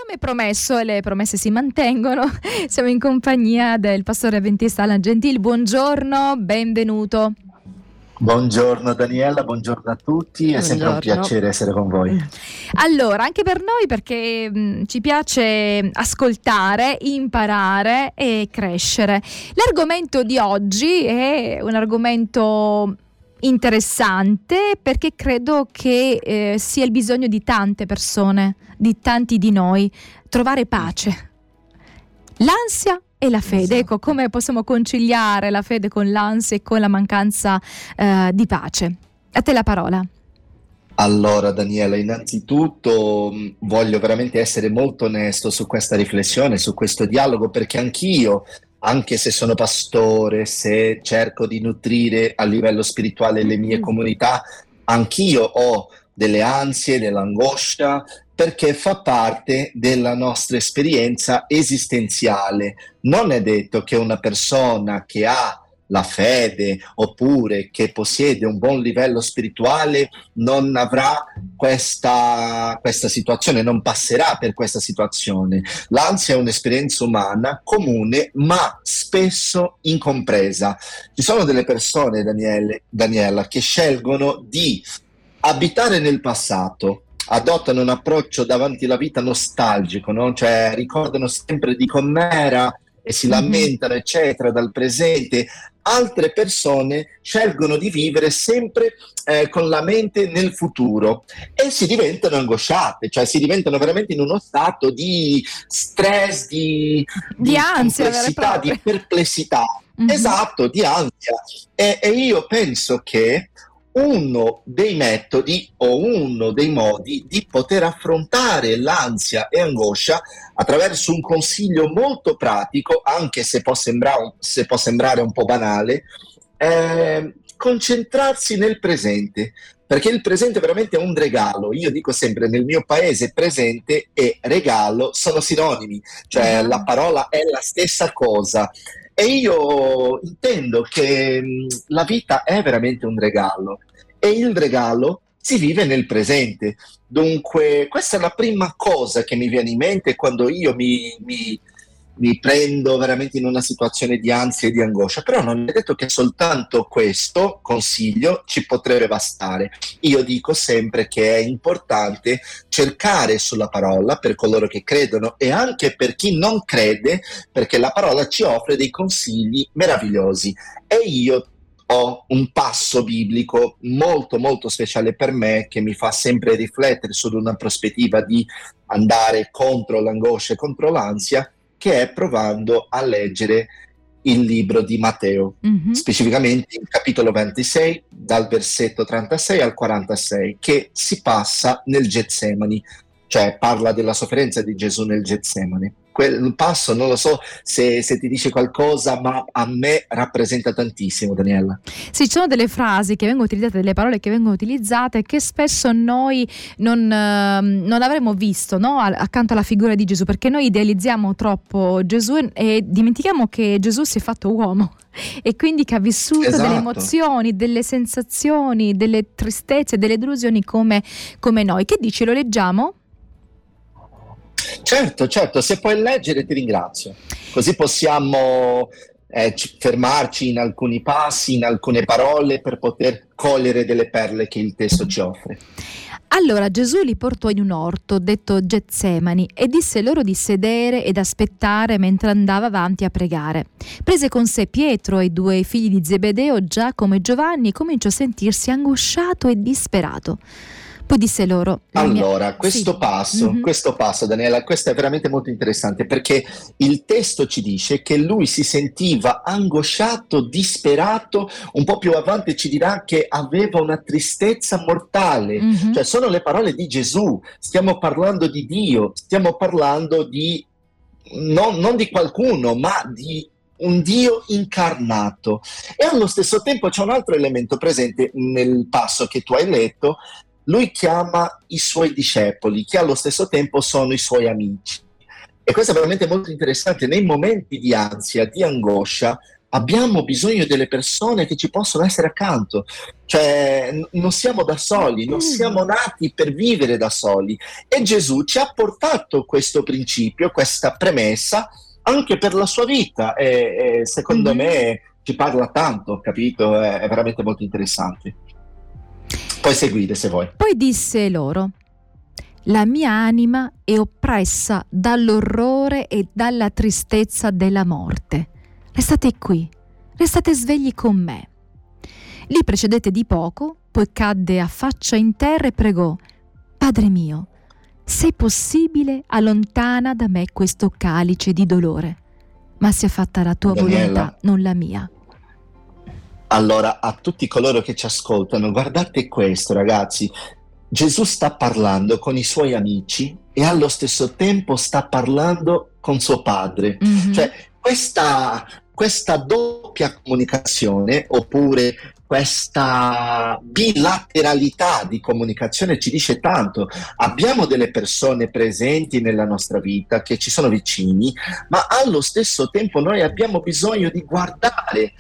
come promesso, e le promesse si mantengono, siamo in compagnia del pastore avventista Alan Gentil. Buongiorno, benvenuto. Buongiorno Daniela, buongiorno a tutti, è sempre un piacere essere con voi. Allora, anche per noi, perché ci piace ascoltare, imparare e crescere. L'argomento di oggi è un argomento interessante, perché credo che sia il bisogno di tante persone, di tanti di noi, trovare pace. L'ansia e la fede, esatto. Ecco, come possiamo conciliare la fede con l'ansia e con la mancanza di pace? A te la parola. Allora Daniela, innanzitutto voglio veramente essere molto onesto su questa riflessione, su questo dialogo, perché anch'io, anche se sono pastore, se cerco di nutrire a livello spirituale le mie comunità, anch'io ho delle ansie, dell'angoscia, perché fa parte della nostra esperienza esistenziale. Non è detto che una persona che ha la fede oppure che possiede un buon livello spirituale non avrà questa situazione, non passerà per questa situazione. L'ansia è un'esperienza umana comune, ma spesso incompresa. Ci sono delle persone, Daniela, che scelgono di abitare nel passato, adottano un approccio davanti alla vita nostalgico, no? Cioè ricordano sempre di com'era e si lamentano, eccetera, dal presente. Altre persone scelgono di vivere sempre con la mente nel futuro e si diventano angosciate, cioè si diventano veramente in uno stato di stress, di ansia, complessità, di perplessità. Esatto, di ansia. E io penso che uno dei metodi o uno dei modi di poter affrontare l'ansia e angoscia attraverso un consiglio molto pratico, anche se può sembrare un po' banale, è concentrarsi nel presente, perché il presente veramente è un regalo. Io dico sempre, nel mio paese presente e regalo sono sinonimi, cioè la parola è la stessa cosa. E io intendo che la vita è veramente un regalo e il regalo si vive nel presente. Dunque, questa è la prima cosa che mi viene in mente quando io mi prendo veramente in una situazione di ansia e di angoscia. Però non è detto che soltanto questo consiglio ci potrebbe bastare. Io dico sempre che è importante cercare sulla parola per coloro che credono e anche per chi non crede, perché la parola ci offre dei consigli meravigliosi. E io ho un passo biblico molto molto speciale per me, che mi fa sempre riflettere su una prospettiva di andare contro l'angoscia e contro l'ansia, che è provando a leggere il libro di Matteo, specificamente il capitolo 26, dal versetto 36 al 46, che si passa nel Getsemani, cioè parla della sofferenza di Gesù nel Getsemani. Quel passo, non lo so se ti dice qualcosa, ma a me rappresenta tantissimo, Daniela. Sì, ci sono delle frasi che vengono utilizzate, delle parole che vengono utilizzate che spesso noi non avremmo visto, no? Accanto alla figura di Gesù, perché noi idealizziamo troppo Gesù e dimentichiamo che Gesù si è fatto uomo e quindi che ha vissuto delle emozioni, delle sensazioni, delle tristezze, delle delusioni come noi. Che dici, lo leggiamo? Certo, se puoi leggere ti ringrazio, così possiamo fermarci in alcuni passi, in alcune parole, per poter cogliere delle perle che il testo ci offre. Allora Gesù li portò in un orto detto Getsemani e disse loro di sedere ed aspettare mentre andava avanti a pregare. Prese con sé Pietro e 2 figli di Zebedeo, Giacomo e Giovanni, e cominciò a sentirsi angosciato e disperato. Poi disse loro... Allora, questo passo, Daniela, questo è veramente molto interessante, perché il testo ci dice che lui si sentiva angosciato, disperato. Un po' più avanti ci dirà che aveva una tristezza mortale. Cioè sono le parole di Gesù, stiamo parlando di Dio, stiamo parlando di non di qualcuno, ma di un Dio incarnato. E allo stesso tempo c'è un altro elemento presente nel passo che tu hai letto. Lui chiama i suoi discepoli, che allo stesso tempo sono i suoi amici. E questo è veramente molto interessante. Nei momenti di ansia, di angoscia, abbiamo bisogno delle persone che ci possono essere accanto, cioè non siamo da soli, non siamo nati per vivere da soli, e Gesù ci ha portato questo principio, questa premessa anche per la sua vita, e secondo me ci parla tanto, capito? È veramente molto interessante. Puoi seguire se vuoi. Poi disse loro: la mia anima è oppressa dall'orrore e dalla tristezza della morte. Restate qui, restate svegli con me. Lì precedette di poco, poi cadde a faccia in terra e pregò: Padre mio, se possibile, allontana da me questo calice di dolore, ma sia fatta la tua volontà, non la mia. Allora, a tutti coloro che ci ascoltano, guardate questo, ragazzi. Gesù sta parlando con i suoi amici e allo stesso tempo sta parlando con suo padre. Cioè, questa doppia comunicazione, oppure questa bilateralità di comunicazione, ci dice tanto. Abbiamo delle persone presenti nella nostra vita che ci sono vicini, ma allo stesso tempo noi abbiamo bisogno di guardare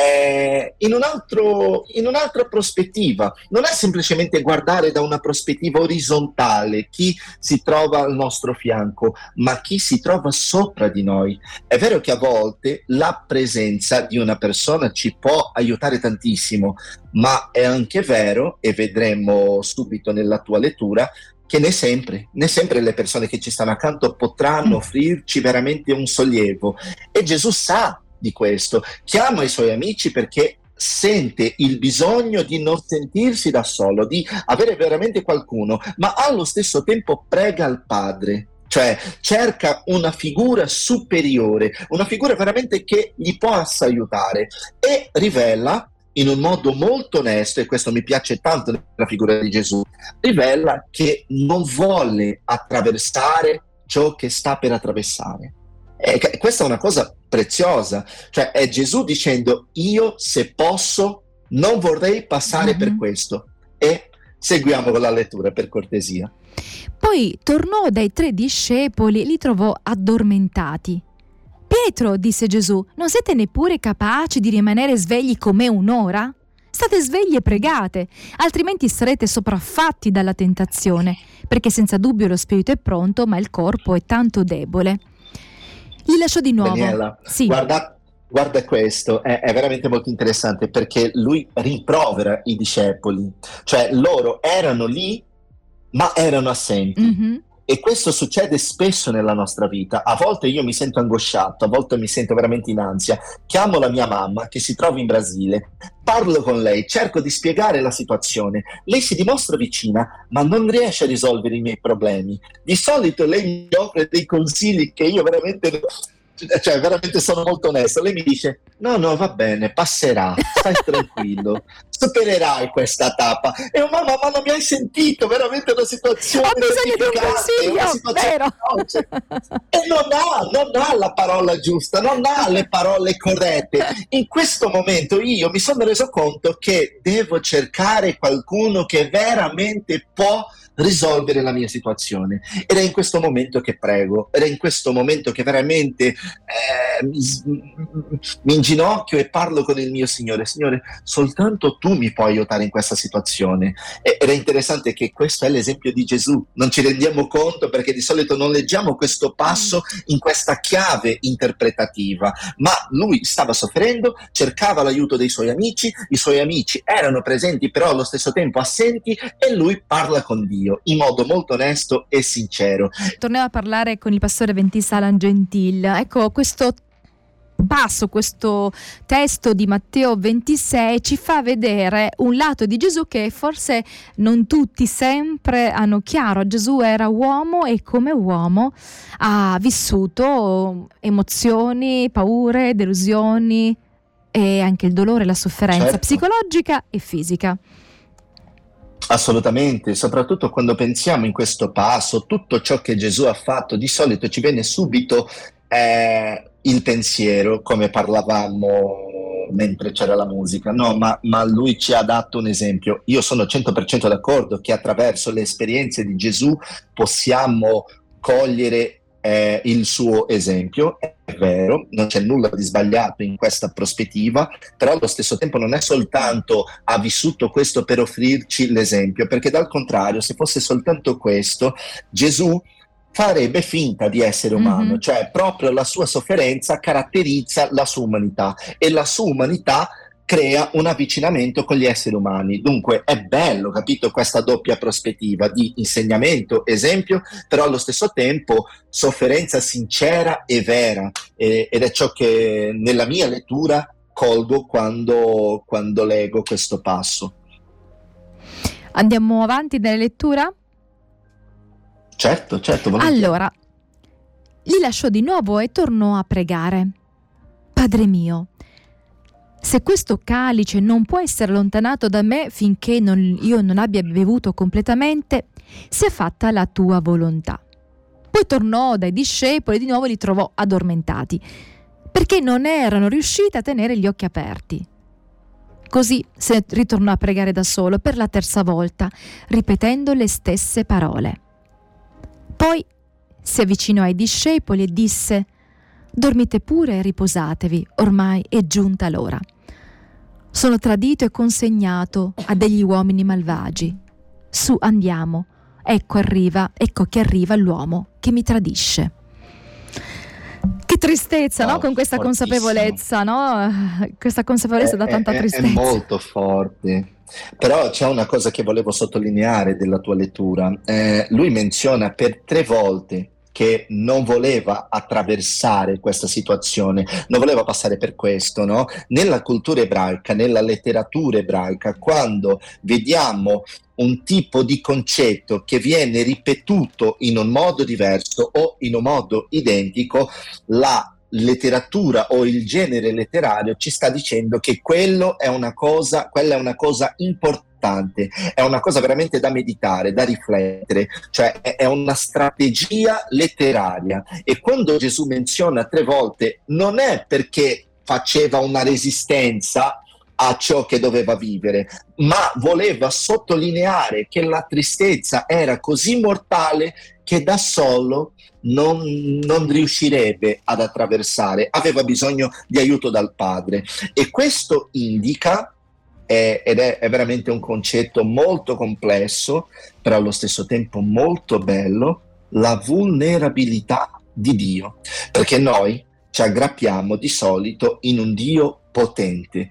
in un'altra prospettiva. Non è semplicemente guardare da una prospettiva orizzontale chi si trova al nostro fianco, ma chi si trova sopra di noi. È vero che a volte la presenza di una persona ci può aiutare tantissimo, ma è anche vero, e vedremo subito nella tua lettura, che né sempre le persone che ci stanno accanto potranno offrirci veramente un sollievo. E Gesù sa di questo, chiama i suoi amici perché sente il bisogno di non sentirsi da solo, di avere veramente qualcuno, ma allo stesso tempo prega al Padre. Cioè cerca una figura superiore, una figura veramente che gli possa aiutare, e rivela in un modo molto onesto, e questo mi piace tanto nella figura di Gesù, rivela che non vuole attraversare ciò che sta per attraversare. E questa è una cosa preziosa, cioè è Gesù dicendo: io, se posso, non vorrei passare per questo. E seguiamo con la lettura, per cortesia. Poi tornò dai 3 discepoli e li trovò addormentati. Pietro, disse Gesù, non siete neppure capaci di rimanere svegli con me un'ora? State svegli e pregate, altrimenti sarete sopraffatti dalla tentazione, perché senza dubbio lo spirito è pronto, ma il corpo è tanto debole. Li lasciò di nuovo. Daniela, sì. Guarda questo, è veramente molto interessante, perché lui rimprovera i discepoli, cioè loro erano lì ma erano assenti. E questo succede spesso nella nostra vita. A volte io mi sento angosciato, a volte mi sento veramente in ansia. Chiamo la mia mamma che si trova in Brasile, parlo con lei, cerco di spiegare la situazione. Lei si dimostra vicina, ma non riesce a risolvere i miei problemi. Di solito lei mi offre dei consigli che io veramente sono molto onesto. Lei mi dice: no, va bene, passerà, stai tranquillo, supererai questa tappa. E mamma, ma non mi hai sentito? Veramente una situazione, ho bisogno di un consiglio, vero? E non ha la parola giusta, non ha le parole corrette. In questo momento io mi sono reso conto che devo cercare qualcuno che veramente può risolvere la mia situazione, ed è in questo momento che prego, ed è in questo momento che veramente mi inginocchio e parlo con il mio Signore: Signore, soltanto tu mi puoi aiutare in questa situazione. Ed è interessante che questo è l'esempio di Gesù. Non ci rendiamo conto perché di solito non leggiamo questo passo in questa chiave interpretativa, ma lui stava soffrendo, cercava l'aiuto dei suoi amici, i suoi amici erano presenti però allo stesso tempo assenti, e lui parla con Dio in modo molto onesto e sincero. Torniamo a parlare con il pastore Ventista Alan Gentil. Ecco, questo passo, questo testo di Matteo 26 ci fa vedere un lato di Gesù che forse non tutti sempre hanno chiaro. Gesù era uomo e come uomo ha vissuto emozioni, paure, delusioni e anche il dolore, la sofferenza psicologica e fisica. Assolutamente, soprattutto quando pensiamo in questo passo, tutto ciò che Gesù ha fatto, di solito ci viene subito il pensiero, come parlavamo mentre c'era la musica, no, ma lui ci ha dato un esempio. Io sono 100% d'accordo che attraverso le esperienze di Gesù possiamo cogliere il suo esempio. È vero, non c'è nulla di sbagliato in questa prospettiva, però allo stesso tempo non è soltanto ha vissuto questo per offrirci l'esempio, perché dal contrario, se fosse soltanto questo, Gesù farebbe finta di essere umano, cioè proprio la sua sofferenza caratterizza la sua umanità e la sua umanità crea un avvicinamento con gli esseri umani. Dunque è bello, capito, questa doppia prospettiva di insegnamento, esempio, però allo stesso tempo sofferenza sincera e vera, ed è ciò che nella mia lettura colgo quando leggo questo passo. Andiamo avanti nella lettura? Certo, volentieri. Allora, li lasciò di nuovo e tornò a pregare. Padre mio, se questo calice non può essere allontanato da me finché io non abbia bevuto completamente, sia fatta la tua volontà. Poi tornò dai discepoli e di nuovo li trovò addormentati, perché non erano riusciti a tenere gli occhi aperti. Così se ritornò a pregare da solo per la terza volta, ripetendo le stesse parole. Poi si avvicinò ai discepoli e disse: dormite pure e riposatevi, ormai è giunta l'ora. Sono tradito e consegnato a degli uomini malvagi. Su, andiamo. Ecco che arriva l'uomo che mi tradisce. Che tristezza, no? Con questa consapevolezza, no? Questa consapevolezza dà tanta tristezza. È molto forte. Però c'è una cosa che volevo sottolineare della tua lettura. Lui menziona per 3 volte che non voleva attraversare questa situazione, non voleva passare per questo, no? Nella cultura ebraica, nella letteratura ebraica, quando vediamo un tipo di concetto che viene ripetuto in un modo diverso o in un modo identico, la letteratura o il genere letterario ci sta dicendo che quella è una cosa importante, è una cosa veramente da meditare, da riflettere, cioè è una strategia letteraria. E quando Gesù menziona 3 volte, non è perché faceva una resistenza a ciò che doveva vivere, ma voleva sottolineare che la tristezza era così mortale che da solo non riuscirebbe ad attraversare, aveva bisogno di aiuto dal Padre. E questo indica, ed è veramente un concetto molto complesso, però allo stesso tempo molto bello, la vulnerabilità di Dio, perché noi ci aggrappiamo di solito in un Dio potente.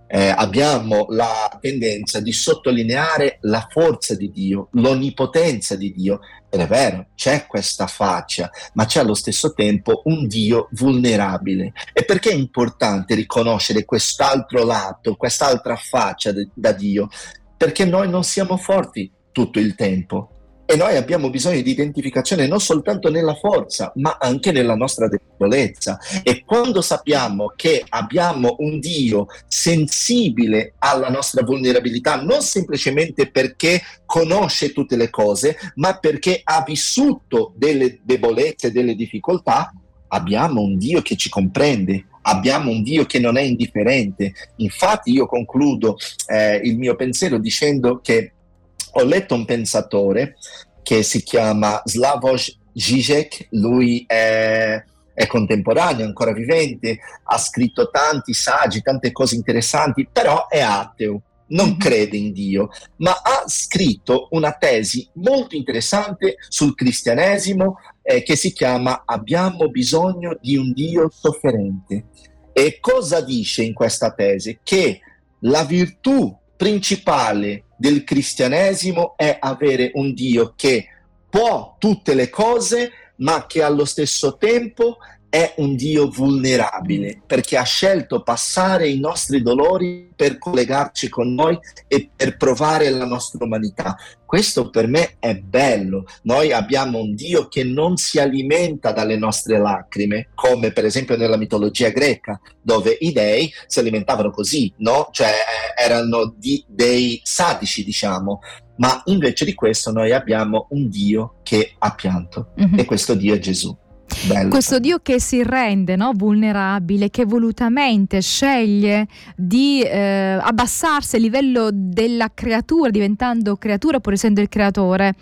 Abbiamo la tendenza di sottolineare la forza di Dio, l'onnipotenza di Dio, ed è vero, c'è questa faccia, ma c'è allo stesso tempo un Dio vulnerabile. E perché è importante riconoscere quest'altro lato, quest'altra faccia da Dio? Perché noi non siamo forti tutto il tempo. E noi abbiamo bisogno di identificazione non soltanto nella forza, ma anche nella nostra debolezza. E quando sappiamo che abbiamo un Dio sensibile alla nostra vulnerabilità, non semplicemente perché conosce tutte le cose, ma perché ha vissuto delle debolezze, delle difficoltà, abbiamo un Dio che ci comprende. Abbiamo un Dio che non è indifferente. Infatti io concludo il mio pensiero dicendo che ho letto un pensatore che si chiama Slavoj Žižek, lui è contemporaneo, ancora vivente, ha scritto tanti saggi, tante cose interessanti, però è ateo, non crede in Dio, ma ha scritto una tesi molto interessante sul cristianesimo che si chiama Abbiamo bisogno di un Dio sofferente. E cosa dice in questa tesi? Che la virtù principale del cristianesimo è avere un Dio che può tutte le cose, ma che allo stesso tempo è un Dio vulnerabile, perché ha scelto passare i nostri dolori per collegarci con noi e per provare la nostra umanità. Questo per me è bello. Noi abbiamo un Dio che non si alimenta dalle nostre lacrime, come per esempio nella mitologia greca, dove i dei si alimentavano così, no? Cioè erano dei sadici, diciamo. Ma invece di questo noi abbiamo un Dio che ha pianto, e questo Dio è Gesù. Bello. Questo Dio che si rende, no, vulnerabile, che volutamente sceglie di abbassarsi a livello della creatura, diventando creatura pur essendo il creatore,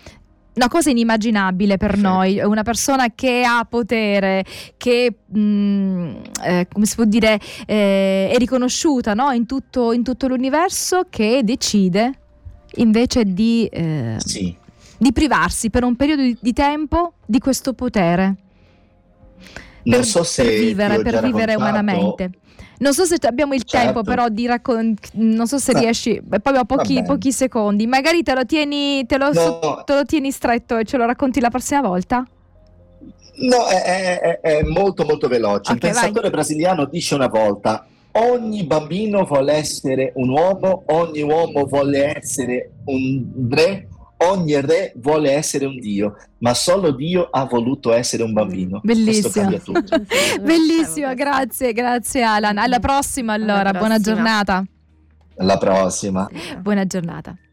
una cosa inimmaginabile per noi, una persona che ha potere, che come si può dire, è riconosciuta, no? in tutto l'universo, che decide invece di privarsi per un periodo di tempo di questo potere. Non so se per vivere umanamente. Non so se abbiamo il tempo, però non so se riesci, proprio pochi secondi. Magari te lo tieni stretto e ce lo racconti la prossima volta? No, è molto molto veloce. Okay, il pensatore brasiliano dice una volta: ogni bambino vuole essere un uomo, ogni uomo vuole essere un re, ogni re vuole essere un dio, ma solo Dio ha voluto essere un bambino. Bellissimo. Questo cambia tutto. Bellissimo, grazie Alan. Alla prossima allora, buona giornata. Alla prossima. Buona giornata.